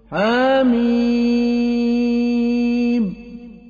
حميم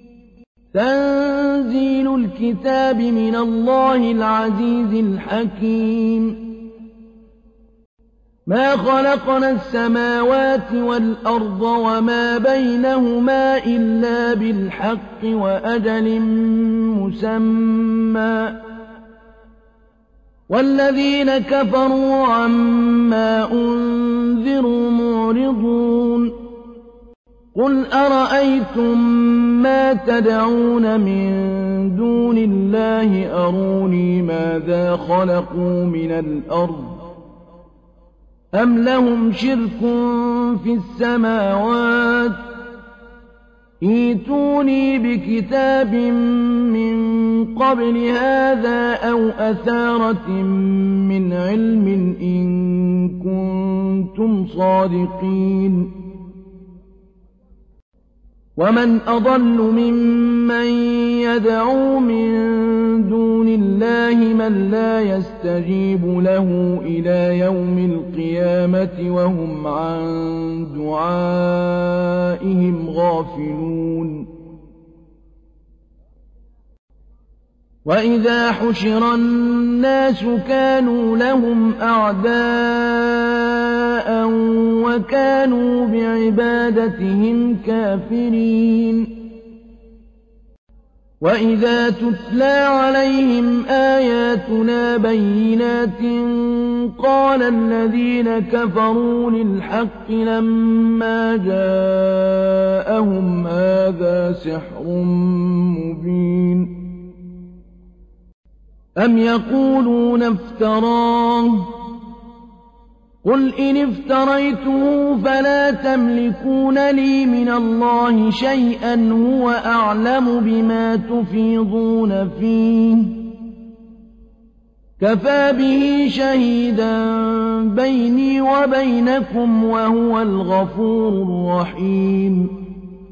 تنزيل الكتاب من الله العزيز الحكيم ما خلقنا السماوات والأرض وما بينهما إلا بالحق وأجل مسمى والذين كفروا عما أنذروا معرضون قل أرأيتم ما تدعون من دون الله أروني ماذا خلقوا من الأرض أم لهم شرك في السماوات ائتوني بكتاب من قبل هذا أو أثارة من علم إن كنتم صادقين ومن أضل ممن يدعو من دون الله من لا يستجيب له إلى يوم القيامة وهم عن دعائهم غافلون وإذا حشر الناس كانوا لهم أعداء وكانوا بعبادتهم كافرين وإذا تتلى عليهم آياتنا بينات قال الذين كفروا للحق لما جاءهم هذا سحر مبين أم يقولون افتراه قل إن افتريته فلا تملكون لي من الله شيئا هو أعلم بما تفيضون فيه كفى به شهيدا بيني وبينكم وهو الغفور الرحيم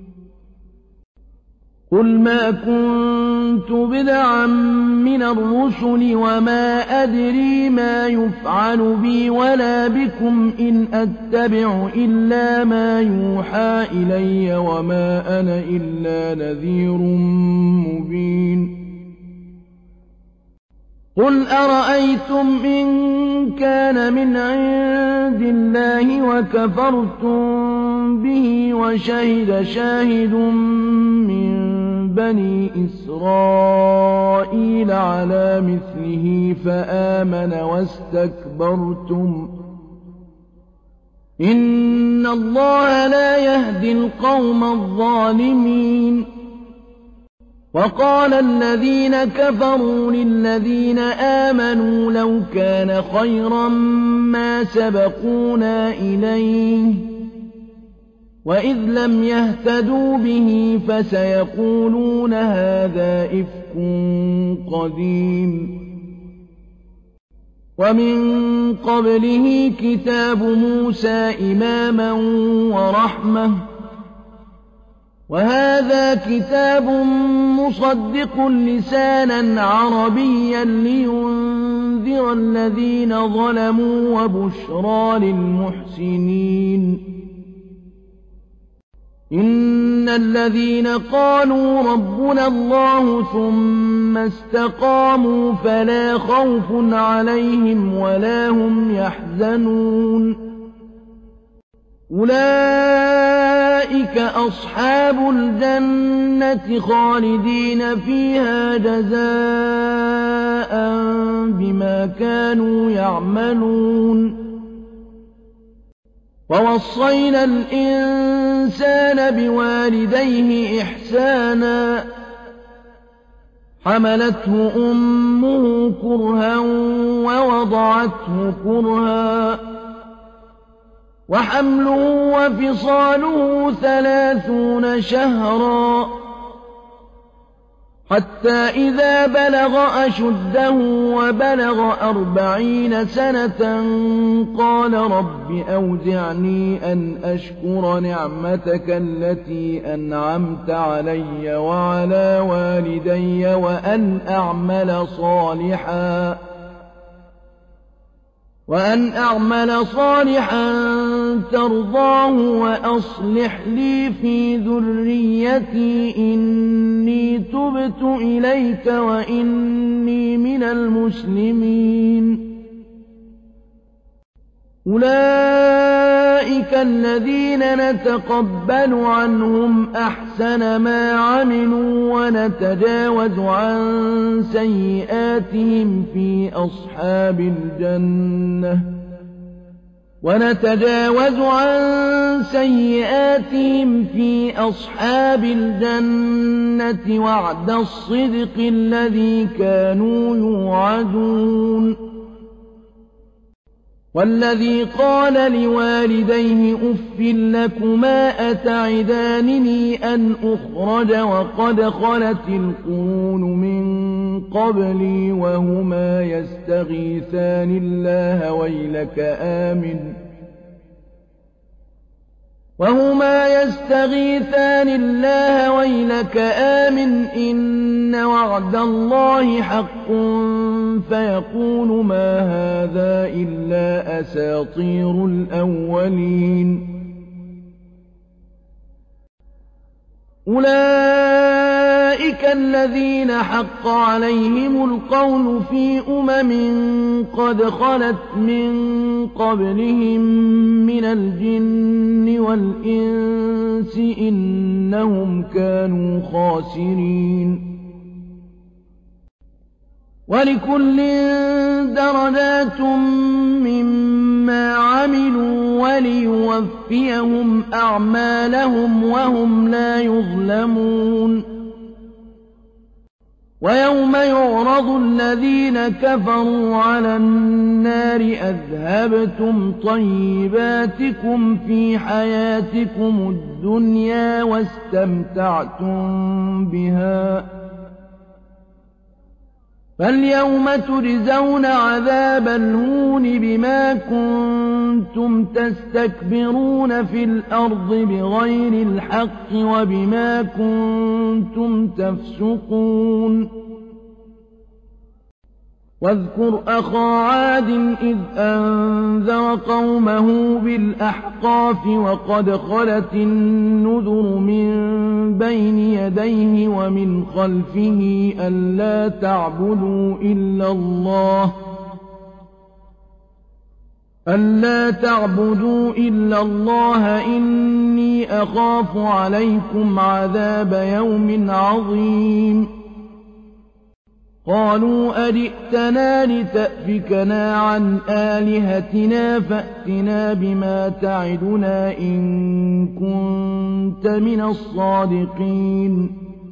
قل ما كنت بدعا من الرسل وما أدري ما يفعل بي ولا بكم إن أتبع إلا ما يوحى إلي وما أنا إلا نذير مبين قل أرأيتم إن كان من عند الله وكفرتم به وشهد شاهد من بني إسرائيل على مثله فآمن واستكبرتم إن الله لا يهدي القوم الظالمين وقال الذين كفروا للذين آمنوا لو كان خيرا ما سبقونا إليه وإذ لم يهتدوا به فسيقولون هذا إفك قديم ومن قبله كتاب موسى إماما ورحمة وهذا كتاب مصدق لسانا عربيا لينذر الذين ظلموا وبشرى للمحسنين إن الذين قالوا ربنا الله ثم استقاموا فلا خوف عليهم ولا هم يحزنون أولئك أصحاب الجنة خالدين فيها جزاء بما كانوا يعملون ووصينا الإنسان بوالديه إحسانا حملته أمه كرها ووضعته كرها وحمله وفصاله 30 شهرا حتى إذا بلغ أشده وبلغ 40 سنة قال رب أوزعني أن أشكر نعمتك التي أنعمت علي وعلى والدي وأن أعمل صالحا ترضاه وأصلح لي في ذريتي إني تبت إليك وإني من المسلمين أولئك الذين نتقبل عنهم أحسن ما عملوا ونتجاوز عن سيئاتهم في أصحاب الجنة وعد الصدق الذي كانوا يوعدون والذي قال لوالديه أف لكما أتعدانني أن أخرج وقد خلت القرون من قبلي وهما يستغيثان الله ويلك آمن إن وعد الله حق فيقول ما هذا إلا أساطير الأولين أولئك الذين حق عليهم القول في قد خلت من قبلهم من الجن والإنس إنهم كانوا خاسرين ولكل درجات مما عملوا وليوفيهم أعمالهم وهم لا يظلمون ويوم يعرض الذين كفروا على النار أذهبتم طيباتكم في حياتكم الدنيا واستمتعتم بها فاليوم تجزون عذاب الهون بما كنتم تستكبرون في الأرض بغير الحق وبما كنتم تفسقون واذكر أخا عاد إذ أنذر قومه بالأحقاف وقد خلت النذر من بين يديه ومن خلفه ألا تعبدوا إلا الله إني أخاف عليكم عذاب يوم عظيم قالوا أجئتنا لتأفكنا عن آلهتنا فأتنا بما تعدنا إن كنت من الصادقين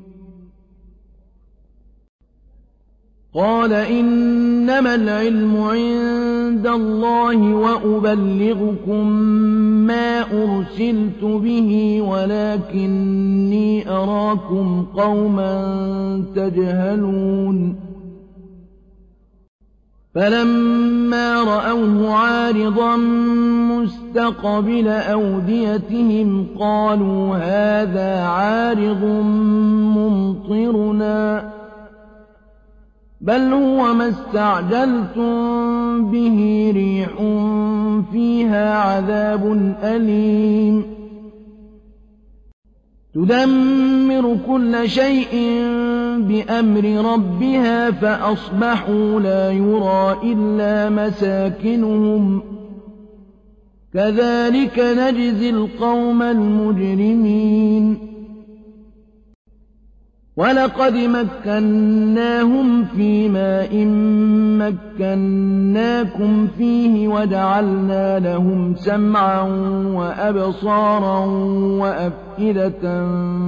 قال إنما العلم عند الله وأبلغكم ما أرسلت به ولكني أراكم قوما تجهلون فلما رأوه عارضا مستقبل أوديتهم قالوا هذا عارض ممطرنا بل هو ما استعجلتم به ريح فيها عذاب أليم تدمر كل شيء بأمر ربها فأصبحوا لا يرى إلا مساكنهم كذلك نجزي القوم المجرمين ولقد مكناهم في ماء مكناكم فيه وجعلنا لهم سمعا وأبصارا وأفئدة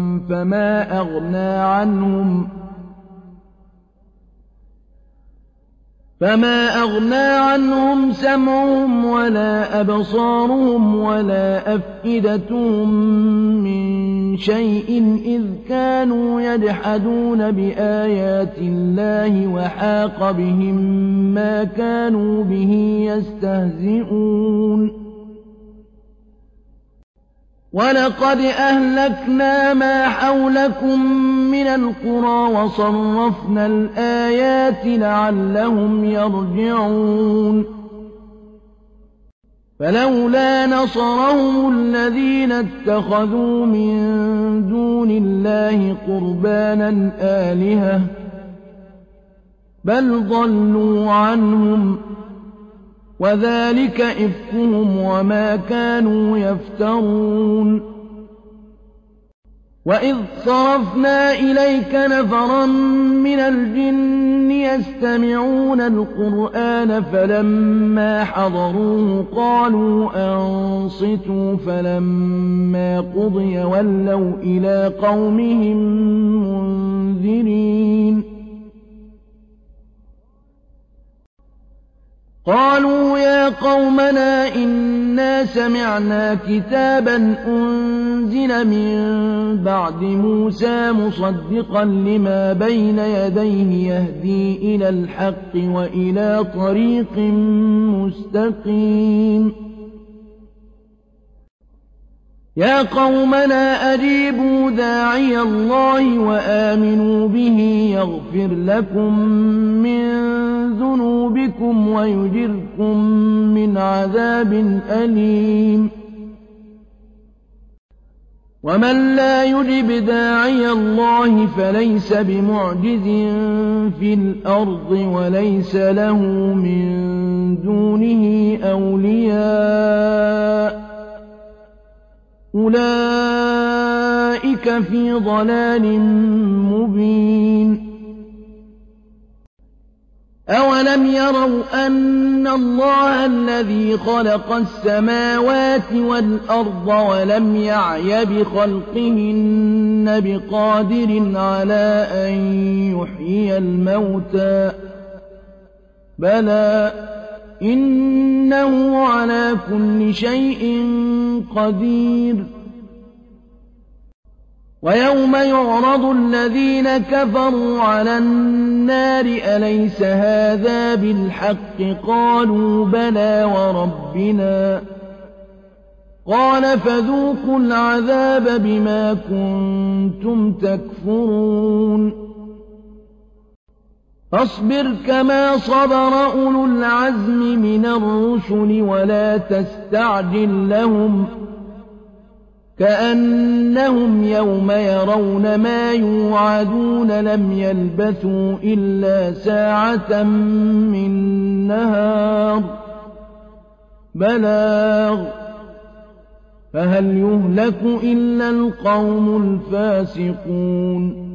فما أغنى عنهم سمعهم ولا أبصارهم ولا أفئدتهم من شيء إذ كانوا يجحدون بآيات الله وحاق بهم ما كانوا به يستهزئون ولقد أهلكنا ما حولكم من القرى وصرفنا الآيات لعلهم يرجعون فلولا نصرهم الذين اتخذوا من دون الله قربانا آلهة بل ضلوا عنهم وذلك إفكهم وما كانوا يفترون وإذ صرفنا إليك نفرا من الجن يستمعون القرآن فلما حضروه قالوا أنصتوا فلما قضي ولوا إلى قومهم منذرين قالوا يا قومنا إنا سمعنا كتابا أنزل من بعد موسى مصدقا لما بين يديه يهدي إلى الحق وإلى طريق مستقيم يا قومنا أجيبوا داعي الله وآمنوا به يغفر لكم من ذنوبكم ويجركم من عذاب أليم ومن لا يجب داعي الله فليس بمعجز في الأرض وليس له من دونه أولياء أولئك في ضلال مبين أولم يروا أن الله الذي خلق السماوات والأرض ولم يعي بخلقهن بقادر على أن يحيي الموتى بلى إنه على كل شيء قدير ويوم يعرض الذين كفروا على النار أليس هذا بالحق قالوا بلى وربنا قال فذوقوا العذاب بما كنتم تكفرون فاصبر كما صبر أولو العزم من الرسل ولا تستعجل لهم كأنهم يوم يرون ما يوعدون لم يلبثوا إلا ساعة من نهار بلاغ فهل يهلك إلا القوم الفاسقون